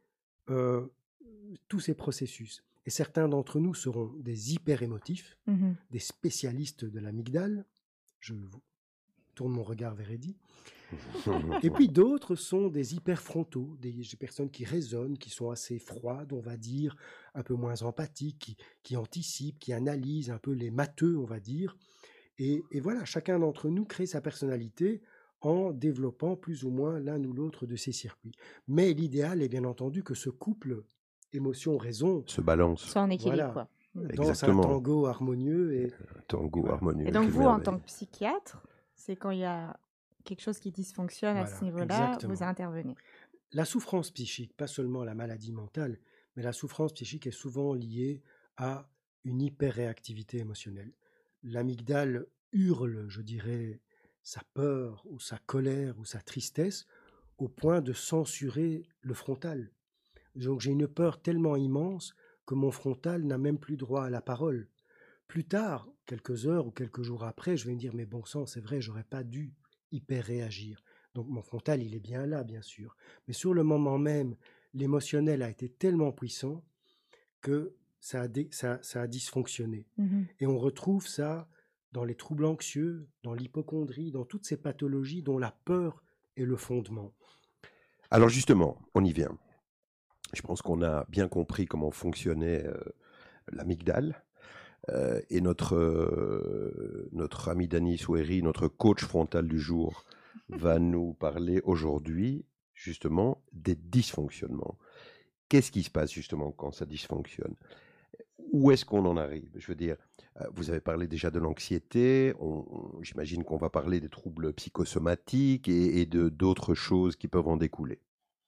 Speaker 3: tous ces processus. Et certains d'entre nous seront des hyper-émotifs,
Speaker 2: Mhm.
Speaker 3: des spécialistes de l'amygdale. Je vous tourne mon regard vers Eddie. Et puis d'autres sont des hyperfrontaux, des personnes qui raisonnent, qui sont assez froides, on va dire, un peu moins empathiques, qui anticipent, qui analysent un peu les matheux, on va dire. Et voilà, chacun d'entre nous crée sa personnalité en développant plus ou moins l'un ou l'autre de ces circuits. Mais l'idéal est bien entendu que ce couple émotion-raison
Speaker 1: Se balance.
Speaker 2: Soit en équilibre,
Speaker 3: Voilà.
Speaker 2: quoi.
Speaker 3: dans un
Speaker 1: Exactement.
Speaker 3: tango harmonieux. Et
Speaker 1: Tango
Speaker 3: Voilà.
Speaker 1: harmonieux.
Speaker 2: Et donc,
Speaker 1: quelle
Speaker 2: vous, en
Speaker 1: merveille.
Speaker 2: tant que psychiatre, c'est quand il y a quelque chose qui dysfonctionne à
Speaker 3: Voilà,
Speaker 2: ce niveau-là,
Speaker 3: exactement.
Speaker 2: vous intervenez.
Speaker 3: La souffrance psychique, pas seulement la maladie mentale, mais la souffrance psychique est souvent liée à une hyperréactivité émotionnelle. L'amygdale hurle, je dirais, sa peur ou sa colère ou sa tristesse au point de censurer le frontal. Donc j'ai une peur tellement immense que mon frontal n'a même plus droit à la parole. Plus tard, quelques heures ou quelques jours après, je vais me dire, mais bon sang, c'est vrai, j'aurais pas dû hyper réagir. Donc mon frontal, il est bien là, bien sûr. Mais sur le moment même, l'émotionnel a été tellement puissant que ça a dysfonctionné. Et on retrouve ça dans les troubles anxieux, dans l'hypocondrie, dans toutes ces pathologies dont la peur est le fondement.
Speaker 1: Alors justement, on y vient. Je pense qu'on a bien compris comment fonctionnait l'amygdale. Et notre ami Dany Soueiri, notre coach frontal du jour, va nous parler aujourd'hui justement des dysfonctionnements. Qu'est-ce qui se passe justement quand ça dysfonctionne? Où est-ce qu'on en arrive? Je veux dire, vous avez parlé déjà de l'anxiété, j'imagine qu'on va parler des troubles psychosomatiques et d'autres choses qui peuvent en découler.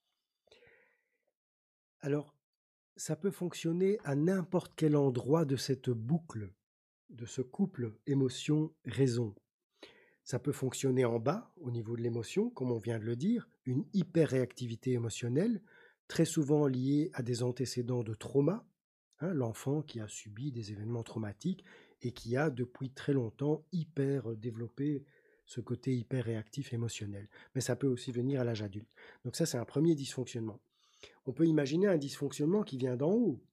Speaker 3: Alors, ça peut fonctionner à n'importe quel endroit de cette boucle, de ce couple émotion-raison. Ça peut fonctionner en bas, au niveau de l'émotion, comme on vient de le dire, une hyperréactivité émotionnelle, très souvent liée à des antécédents de trauma, l'enfant qui a subi des événements traumatiques et qui a depuis très longtemps hyper développé ce côté hyper réactif émotionnel. Mais ça peut aussi venir à l'âge adulte. Donc ça, c'est un premier dysfonctionnement. On peut imaginer un dysfonctionnement qui vient d'en haut.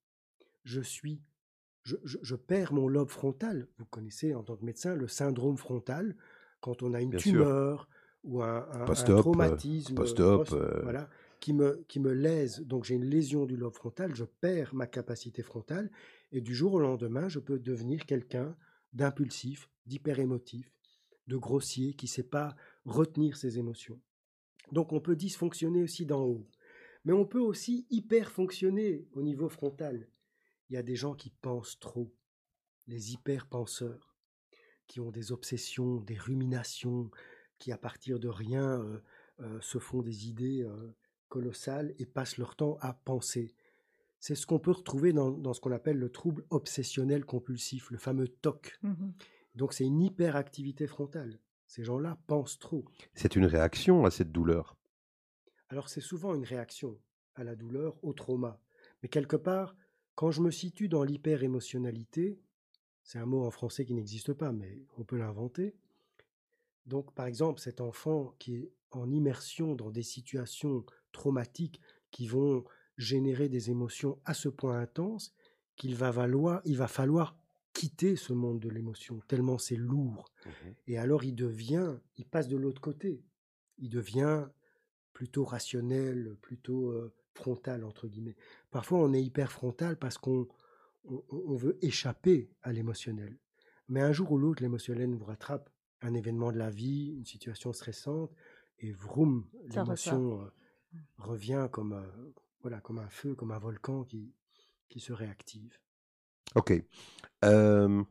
Speaker 3: Je perds mon lobe frontal. Vous connaissez en tant que médecin le syndrome frontal, quand on a une tumeur ou un traumatisme voilà, qui me lèse. Donc j'ai une lésion du lobe frontal, je perds ma capacité frontale et du jour au lendemain, je peux devenir quelqu'un d'impulsif, d'hyper-émotif, de grossier, qui ne sait pas retenir ses émotions. Donc on peut dysfonctionner aussi d'en haut. Mais on peut aussi hyper-fonctionner au niveau frontal. Il y a des gens qui pensent trop, les hyper-penseurs, qui ont des obsessions, des ruminations, qui à partir de rien se font des idées colossales et passent leur temps à penser. C'est ce qu'on peut retrouver dans ce qu'on appelle le trouble obsessionnel compulsif, le fameux TOC. Donc c'est une hyperactivité frontale. Ces gens-là pensent trop.
Speaker 1: C'est une réaction à cette douleur.
Speaker 3: Alors c'est souvent une réaction à la douleur, au trauma. Mais quelque part, quand je me situe dans l'hyper-émotionnalité, c'est un mot en français qui n'existe pas, mais on peut l'inventer. Donc par exemple, cet enfant qui est en immersion dans des situations traumatiques qui vont générer des émotions à ce point intenses il va falloir quitter ce monde de l'émotion, tellement c'est lourd. Et alors il passe de l'autre côté. Il devient plutôt rationnel, plutôt frontal, entre guillemets. Parfois, on est hyper frontal parce qu'on veut échapper à l'émotionnel. Mais un jour ou l'autre, l'émotionnel vous rattrape. Un événement de la vie, une situation stressante, et vroom, l'émotion revient comme un feu, comme un volcan qui se réactive.
Speaker 1: Ok. Un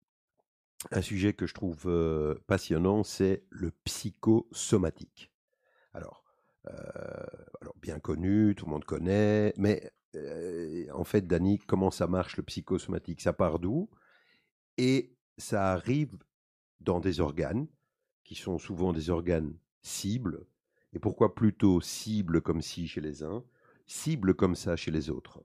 Speaker 1: sujet que je trouve passionnant, c'est le psychosomatique. Alors, bien connu, tout le monde connaît, mais en fait, Dany, comment ça marche le psychosomatique? Ça part d'où? Et ça arrive dans des organes qui sont souvent des organes cibles. Et pourquoi plutôt cibles comme ci chez les uns, cibles comme ça chez les autres?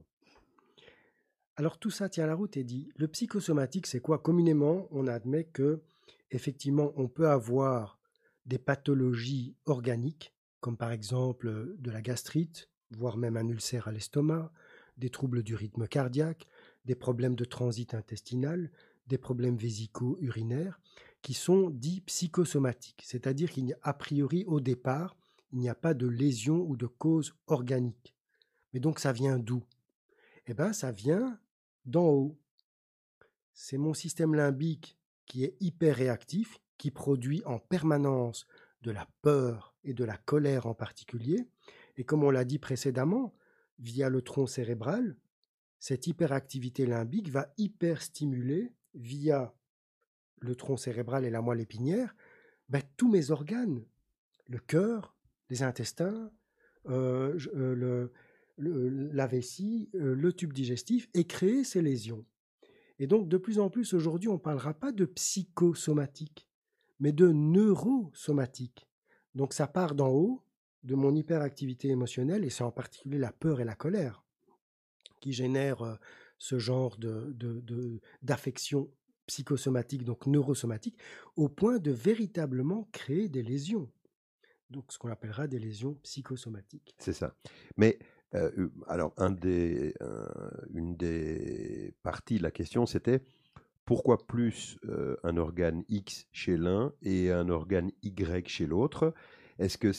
Speaker 3: Alors tout ça tient la route et dit, le psychosomatique, c'est quoi? Communément, on admet que effectivement, on peut avoir des pathologies organiques, comme par exemple de la gastrite, voire même un ulcère à l'estomac, des troubles du rythme cardiaque, des problèmes de transit intestinal, des problèmes vésico-urinaires, qui sont dits psychosomatiques, c'est-à-dire qu'il n'y a a priori au départ, il n'y a pas de lésion ou de cause organique. Mais donc ça vient d'où? Eh bien, ça vient d'en haut. C'est mon système limbique qui est hyper réactif, qui produit en permanence de la peur et de la colère en particulier. Et comme on l'a dit précédemment, via le tronc cérébral, cette hyperactivité limbique va hyperstimuler via le tronc cérébral et la moelle épinière tous mes organes, le cœur, les intestins, la vessie, le tube digestif et créer ces lésions. Et donc, de plus en plus, aujourd'hui, on ne parlera pas de psychosomatique, mais de neurosomatique. Donc, ça part d'en haut, de mon hyperactivité émotionnelle, et c'est en particulier la peur et la colère qui génèrent ce genre d'affection psychosomatique, donc neurosomatique, au point de véritablement créer des lésions. Donc, ce qu'on appellera des lésions psychosomatiques.
Speaker 1: C'est ça. Mais alors, une des parties de la question, c'était pourquoi plus un organe X chez l'un et un organe Y chez l'autre? Est-ce que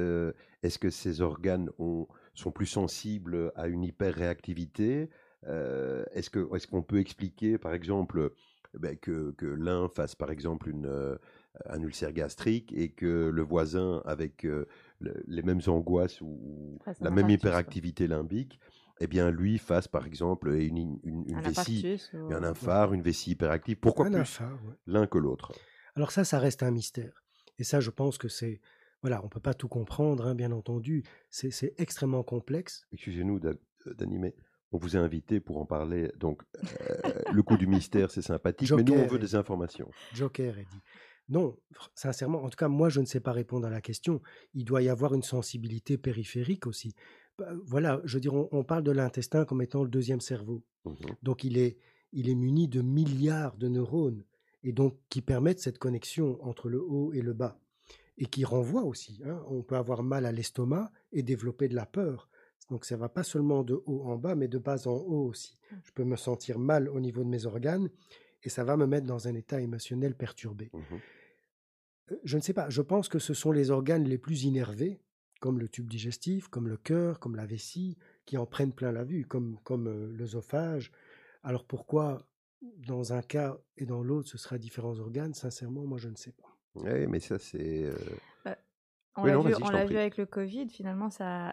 Speaker 1: ces organes sont plus sensibles à une hyperréactivité? Est-ce qu'on peut expliquer, par exemple, que l'un fasse, par exemple, un ulcère gastrique et que le voisin, avec les mêmes angoisses ou
Speaker 2: Fasse
Speaker 1: la
Speaker 2: un
Speaker 1: même
Speaker 2: infarctus, quoi.
Speaker 1: hyperactivité limbique, eh bien, lui fasse, par exemple, une
Speaker 2: Un
Speaker 1: vessie,
Speaker 2: infarctus ou...
Speaker 1: un phare, une vessie hyperactive. Pourquoi
Speaker 3: Un
Speaker 1: plus
Speaker 3: infart, ouais.
Speaker 1: l'un que l'autre?
Speaker 3: Alors ça reste un mystère. Et ça, je pense que c'est... Voilà, on ne peut pas tout comprendre, hein, bien entendu. C'est extrêmement complexe.
Speaker 1: Excusez-nous d'animer. On vous a invité pour en parler. Donc, le coup du mystère, c'est sympathique, mais nous, on
Speaker 3: Joker
Speaker 1: veut
Speaker 3: est
Speaker 1: des
Speaker 3: dit.
Speaker 1: informations.
Speaker 3: Joker est dit. Non, sincèrement, en tout cas, moi, je ne sais pas répondre à la question. Il doit y avoir une sensibilité périphérique aussi. Voilà, je veux dire, on parle de l'intestin comme étant le deuxième cerveau.
Speaker 1: Mhm.
Speaker 3: Donc, il est muni de milliards de neurones, et donc qui permettent cette connexion entre le haut et le bas, et qui renvoie aussi. Hein. On peut avoir mal à l'estomac et développer de la peur. Donc, ça ne va pas seulement de haut en bas, mais de bas en haut aussi. Je peux me sentir mal au niveau de mes organes, et ça va me mettre dans un état émotionnel perturbé.
Speaker 1: Mhm.
Speaker 3: Je ne sais pas, je pense que ce sont les organes les plus innervés, comme le tube digestif, comme le cœur, comme la vessie, qui en prennent plein la vue, comme l'œsophage. Alors pourquoi, dans un cas et dans l'autre, ce sera différents organes? Sincèrement, moi, je ne sais pas.
Speaker 1: Oui, mais ça, c'est...
Speaker 2: Bah, on
Speaker 1: Oui,
Speaker 2: l'a
Speaker 1: non,
Speaker 2: vu,
Speaker 1: vas-y, je
Speaker 2: on
Speaker 1: t'en
Speaker 2: l'a
Speaker 1: prie.
Speaker 2: vu avec le Covid, finalement,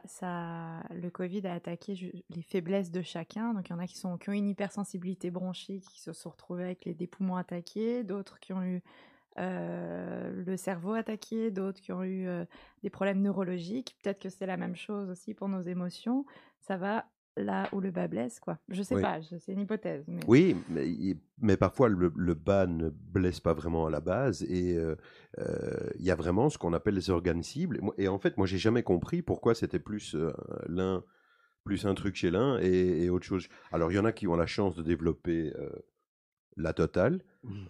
Speaker 2: le Covid a attaqué les faiblesses de chacun. Donc, il y en a qui ont une hypersensibilité bronchique, qui se sont retrouvés avec des poumons attaqués, d'autres qui ont eu le cerveau attaqué, d'autres qui ont eu des problèmes neurologiques. Peut-être que c'est la même chose aussi pour nos émotions. Ça va là où le bas blesse, quoi. Je sais
Speaker 1: Oui.
Speaker 2: pas, c'est une hypothèse. Mais...
Speaker 1: Oui, mais parfois le bas ne blesse pas vraiment à la base et il y a vraiment ce qu'on appelle les organes cibles. Et en fait, moi, j'ai jamais compris pourquoi c'était plus plus un truc chez l'un et autre chose. Alors, il y en a qui ont la chance de développer la totale,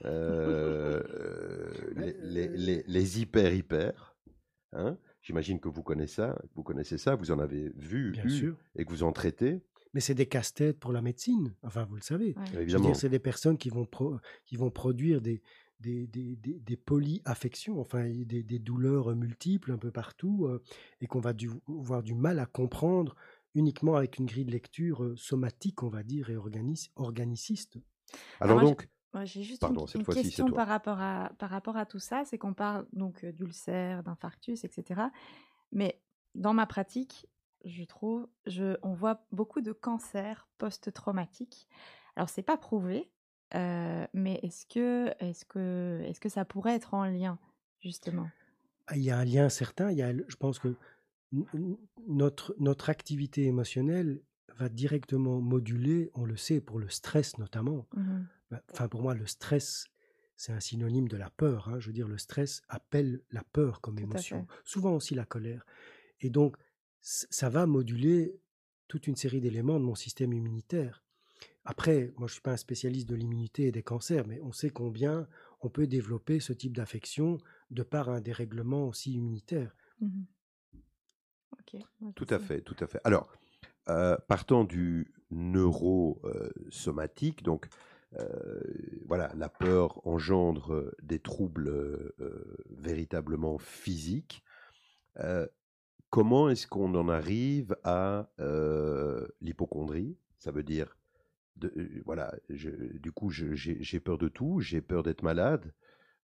Speaker 1: les hyper, hein. J'imagine que vous connaissez ça, vous en avez vu,
Speaker 3: Bien sûr.
Speaker 1: et que vous en traitez.
Speaker 3: Mais c'est des casse-têtes pour la médecine. Enfin, vous le savez.
Speaker 2: Ouais.
Speaker 3: Je veux
Speaker 1: Évidemment.
Speaker 3: dire, c'est des personnes qui vont produire des polyaffections, enfin des douleurs multiples un peu partout, et qu'on va avoir du mal à comprendre uniquement avec une grille de lecture somatique, on va dire, et organiciste.
Speaker 1: Alors
Speaker 2: moi,
Speaker 1: donc,
Speaker 2: Moi, j'ai juste
Speaker 1: pardon, cette
Speaker 2: une
Speaker 1: fois-ci, c'est
Speaker 2: question
Speaker 1: toi.
Speaker 2: par rapport à tout ça, c'est qu'on parle donc d'ulcères, d'infarctus, etc. Mais dans ma pratique, je trouve, on voit beaucoup de cancers post-traumatiques. Alors, c'est pas prouvé, mais est-ce que ça pourrait être en lien, justement?
Speaker 3: Ah, il y a un lien certain. Je pense que notre activité émotionnelle va directement moduler, on le sait, pour le stress notamment.
Speaker 2: Mhm.
Speaker 3: Enfin, pour moi, le stress, c'est un synonyme de la peur. Hein. Je veux dire, le stress appelle la peur comme
Speaker 2: Tout à
Speaker 3: émotion.
Speaker 2: fait.
Speaker 3: Souvent aussi la colère. Et donc, ça va moduler toute une série d'éléments de mon système immunitaire. Après, moi, je ne suis pas un spécialiste de l'immunité et des cancers, mais on sait combien on peut développer ce type d'affection de par un dérèglement aussi immunitaire.
Speaker 2: Mhm. Ok. Ouais,
Speaker 1: Tout
Speaker 2: c'est
Speaker 1: à
Speaker 2: ça.
Speaker 1: fait, tout à fait. Alors, partant du neurosomatique, donc voilà, la peur engendre des troubles véritablement physiques. Comment est-ce qu'on en arrive à l'hypocondrie? Ça veut dire, voilà, du coup, j'ai peur de tout, j'ai peur d'être malade.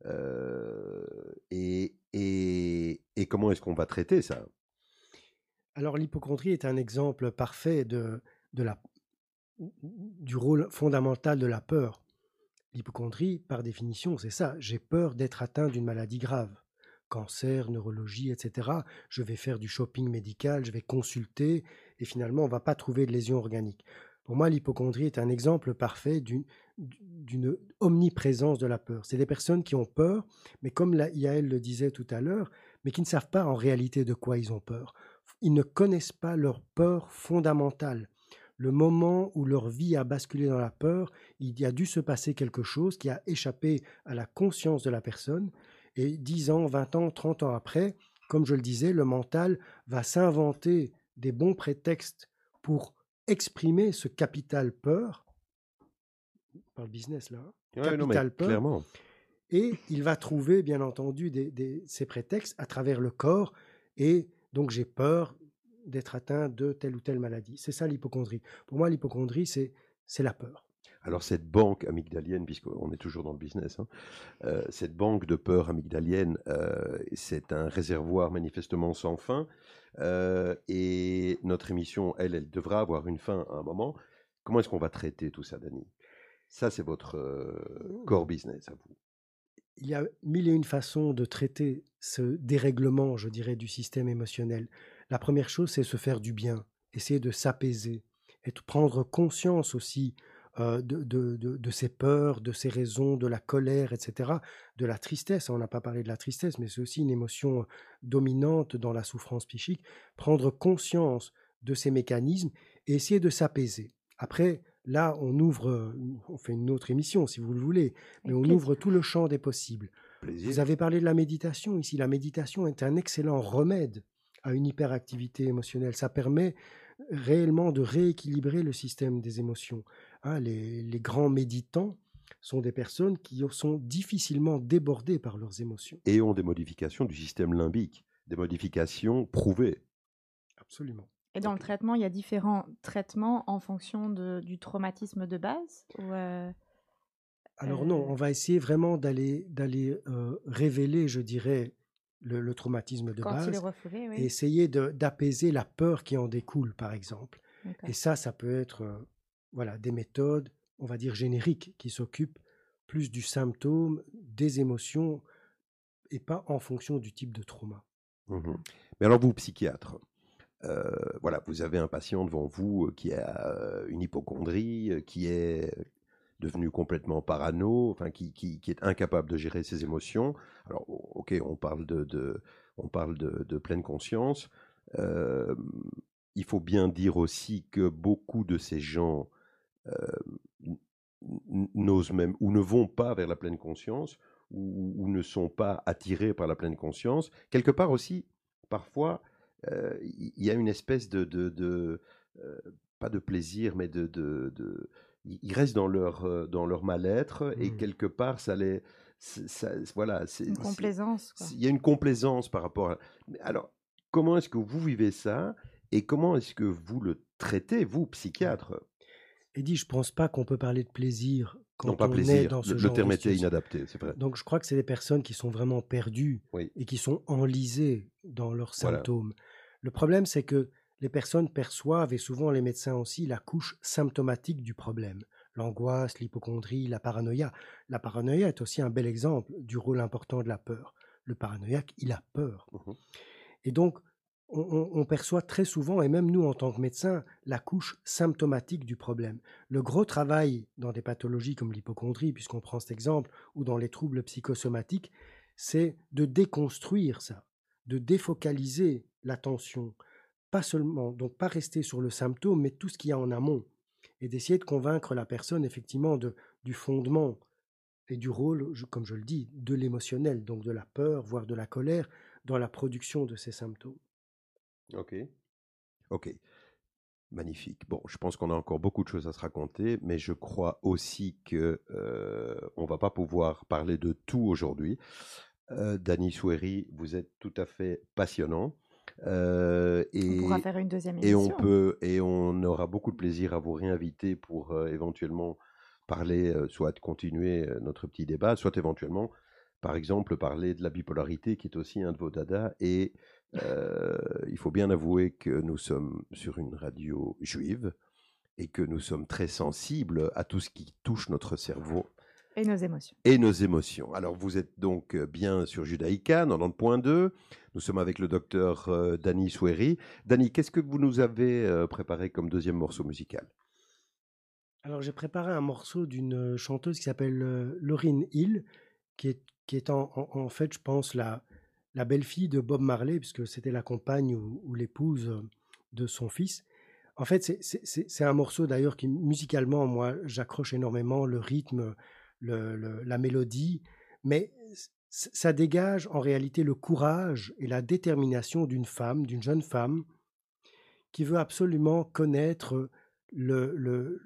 Speaker 1: Et comment est-ce qu'on va traiter ça?
Speaker 3: Alors, l'hypocondrie est un exemple parfait du rôle fondamental de la peur. L'hypocondrie, par définition, c'est ça. J'ai peur d'être atteint d'une maladie grave. cancer, neurologie, etc. Je vais faire du shopping médical, je vais consulter, et finalement, on ne va pas trouver de lésions organiques. Pour moi, l'hypocondrie est un exemple parfait d'une omniprésence de la peur. C'est des personnes qui ont peur, mais comme Yael le disait tout à l'heure, mais qui ne savent pas en réalité de quoi ils ont peur. Ils ne connaissent pas leur peur fondamentale. Le moment où leur vie a basculé dans la peur, il y a dû se passer quelque chose qui a échappé à la conscience de la personne. Et 10 ans, 20 ans, 30 ans après, comme je le disais, le mental va s'inventer des bons prétextes pour exprimer ce capital peur, par le business là, capital peur,
Speaker 1: clairement.
Speaker 3: et il va trouver bien entendu ces prétextes à travers le corps, et donc j'ai peur d'être atteint de telle ou telle maladie. C'est ça l'hypocondrie. Pour moi, l'hypocondrie, c'est la peur.
Speaker 1: Alors cette banque amygdalienne, puisqu'on est toujours dans le business, cette banque de peur amygdalienne, c'est un réservoir manifestement sans fin, et notre émission, elle devra avoir une fin à un moment. Comment est-ce qu'on va traiter tout ça, Dany? Ça, c'est votre core business à vous.
Speaker 3: Il y a 1001 façons de traiter ce dérèglement, je dirais, du système émotionnel. La première chose, c'est se faire du bien, essayer de s'apaiser, et de prendre conscience aussi de ses peurs, de ses raisons, de la colère, etc., de la tristesse. On n'a pas parlé de la tristesse, mais c'est aussi une émotion dominante dans la souffrance psychique. Prendre conscience de ces mécanismes et essayer de s'apaiser. Après, là, on fait une autre émission si vous le voulez, mais on ouvre tout le champ des possibles.
Speaker 1: Plaisir.
Speaker 3: Vous avez parlé de la méditation ici. La méditation est un excellent remède à une hyperactivité émotionnelle. Ça permet réellement de rééquilibrer le système des émotions. Les grands méditants sont des personnes qui sont difficilement débordées par leurs émotions.
Speaker 1: Et ont des modifications du système limbique, des modifications prouvées.
Speaker 3: Absolument.
Speaker 2: Et dans le traitement, il y a différents traitements en fonction du traumatisme de base
Speaker 3: Alors non, on va essayer vraiment d'aller révéler, je dirais, le traumatisme de base,
Speaker 2: il est refoulé, oui.
Speaker 3: et essayer d'apaiser la peur qui en découle, par exemple.
Speaker 2: D'accord.
Speaker 3: Et ça peut être des méthodes, on va dire, génériques, qui s'occupent plus du symptôme, des émotions, et pas en fonction du type de trauma.
Speaker 1: Mmh. Mais alors vous, psychiatre, vous avez un patient devant vous qui a une hypocondrie, qui est devenu complètement parano, enfin qui est incapable de gérer ses émotions. Alors, ok, on parle de pleine conscience. Il faut bien dire aussi que beaucoup de ces gens n'osent même ou ne vont pas vers la pleine conscience ou ne sont pas attirés par la pleine conscience. Quelque part aussi, parfois, il y a une espèce pas de plaisir, mais ils restent dans leur mal-être, et quelque part,
Speaker 2: une complaisance.
Speaker 1: Il y a une complaisance par rapport à... Alors, comment est-ce que vous vivez ça, et comment est-ce que vous le traitez, vous, psychiatre?
Speaker 3: Eddy, je ne pense pas qu'on peut parler de plaisir quand
Speaker 1: non, pas
Speaker 3: on
Speaker 1: plaisir.
Speaker 3: est dans ce genre
Speaker 1: le terme
Speaker 3: de
Speaker 1: était
Speaker 3: situation.
Speaker 1: inadapté, c'est vrai.
Speaker 3: Donc je crois que c'est des personnes qui sont vraiment perdues,
Speaker 1: oui,
Speaker 3: et qui sont enlisées dans leurs
Speaker 1: Voilà.
Speaker 3: symptômes. Le problème, c'est que les personnes perçoivent, et souvent les médecins aussi, la couche symptomatique du problème. L'angoisse, l'hypocondrie, la paranoïa. La paranoïa est aussi un bel exemple du rôle important de la peur. Le paranoïaque, il a peur. Et donc, on perçoit très souvent, et même nous en tant que médecins, la couche symptomatique du problème. Le gros travail dans des pathologies comme l'hypocondrie, puisqu'on prend cet exemple, ou dans les troubles psychosomatiques, c'est de déconstruire ça, de défocaliser l'attention, pas seulement, donc pas rester sur le symptôme, mais tout ce qu'il y a en amont, et d'essayer de convaincre la personne effectivement du fondement et du rôle, comme je le dis, de l'émotionnel, donc de la peur, voire de la colère, dans la production de ces symptômes.
Speaker 1: Ok. Magnifique. Bon, je pense qu'on a encore beaucoup de choses à se raconter, mais je crois aussi que on va pas pouvoir parler de tout aujourd'hui. Dany Soueiri, vous êtes tout à fait passionnant.
Speaker 2: On pourra faire une deuxième émission.
Speaker 1: Et on aura beaucoup de plaisir à vous réinviter pour éventuellement parler, soit continuer notre petit débat, soit éventuellement, par exemple, parler de la bipolarité, qui est aussi un de vos dadas. Et il faut bien avouer que nous sommes sur une radio juive et que nous sommes très sensibles à tout ce qui touche notre cerveau.
Speaker 2: Et nos émotions.
Speaker 1: Et nos émotions. Alors, vous êtes donc bien sur Judaïka, 90.2. Nous sommes avec le docteur Danny Soueiri. Danny, qu'est-ce que vous nous avez préparé comme deuxième morceau musical?
Speaker 3: Alors, j'ai préparé un morceau d'une chanteuse qui s'appelle Lauryn Hill, qui est en fait, je pense, la belle-fille de Bob Marley, puisque c'était la compagne ou l'épouse de son fils. En fait, c'est un morceau d'ailleurs qui, musicalement, moi, j'accroche énormément le rythme, la mélodie, mais ça dégage en réalité le courage et la détermination d'une femme, d'une jeune femme, qui veut absolument connaître le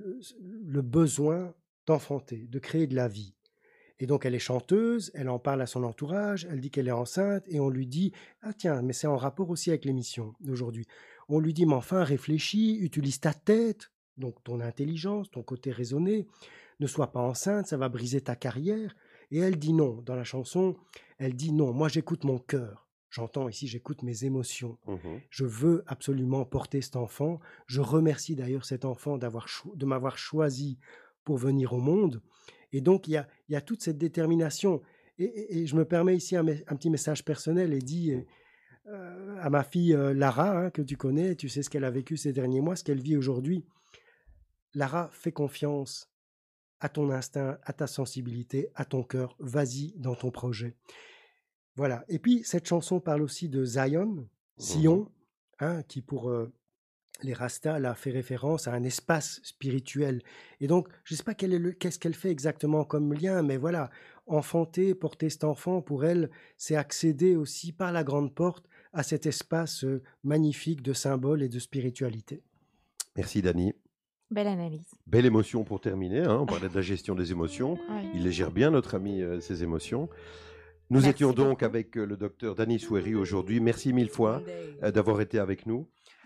Speaker 3: besoin d'enfanter, de créer de la vie. Et donc elle est chanteuse, elle en parle à son entourage, elle dit qu'elle est enceinte, et on lui dit « Ah tiens, mais c'est en rapport aussi avec l'émission d'aujourd'hui. » On lui dit « Mais enfin, réfléchis, utilise ta tête, donc ton intelligence, ton côté raisonné, ne sois pas enceinte, ça va briser ta carrière. » Et elle dit non. Dans la chanson, elle dit non, moi j'écoute mon cœur. J'entends ici, j'écoute mes émotions. Je veux absolument porter cet enfant. Je remercie d'ailleurs cet enfant de m'avoir choisi pour venir au monde. Et donc, il y a toute cette détermination. Et je me permets ici un petit message personnel et dit à ma fille Lara, que tu connais, tu sais ce qu'elle a vécu ces derniers mois, ce qu'elle vit aujourd'hui. Lara, fais confiance à ton instinct, à ta sensibilité, à ton cœur. Vas-y dans ton projet. Voilà. Et puis, cette chanson parle aussi de Zion, Sion, qui pour les Rastas là, fait référence à un espace spirituel. Et donc, je ne sais pas qu'est-ce qu'elle fait exactement comme lien, mais voilà, enfanter, porter cet enfant, pour elle, c'est accéder aussi par la grande porte à cet espace magnifique de symboles et de spiritualité.
Speaker 1: Merci, Danny.
Speaker 2: Belle analyse.
Speaker 1: Belle émotion pour terminer. On parlait de la gestion des émotions.
Speaker 2: Oui.
Speaker 1: Il les gère bien, notre ami, ses émotions. Nous
Speaker 2: Merci
Speaker 1: étions donc
Speaker 2: beaucoup.
Speaker 1: avec le docteur Danny Soueiri aujourd'hui. Merci mille fois d'avoir été avec nous.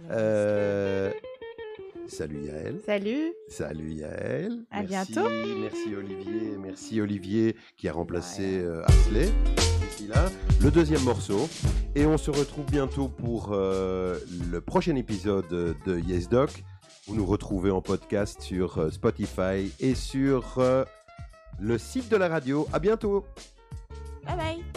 Speaker 1: Salut Yael.
Speaker 2: Salut.
Speaker 1: Salut Yael.
Speaker 2: À
Speaker 1: Merci,
Speaker 2: bientôt.
Speaker 1: Merci Olivier. Merci Olivier qui a remplacé Asley. Ici là. Le deuxième morceau. Et on se retrouve bientôt pour le prochain épisode de Yes Doc. Vous nous retrouvez en podcast sur Spotify et sur le site de la radio. À bientôt.
Speaker 2: Bye bye.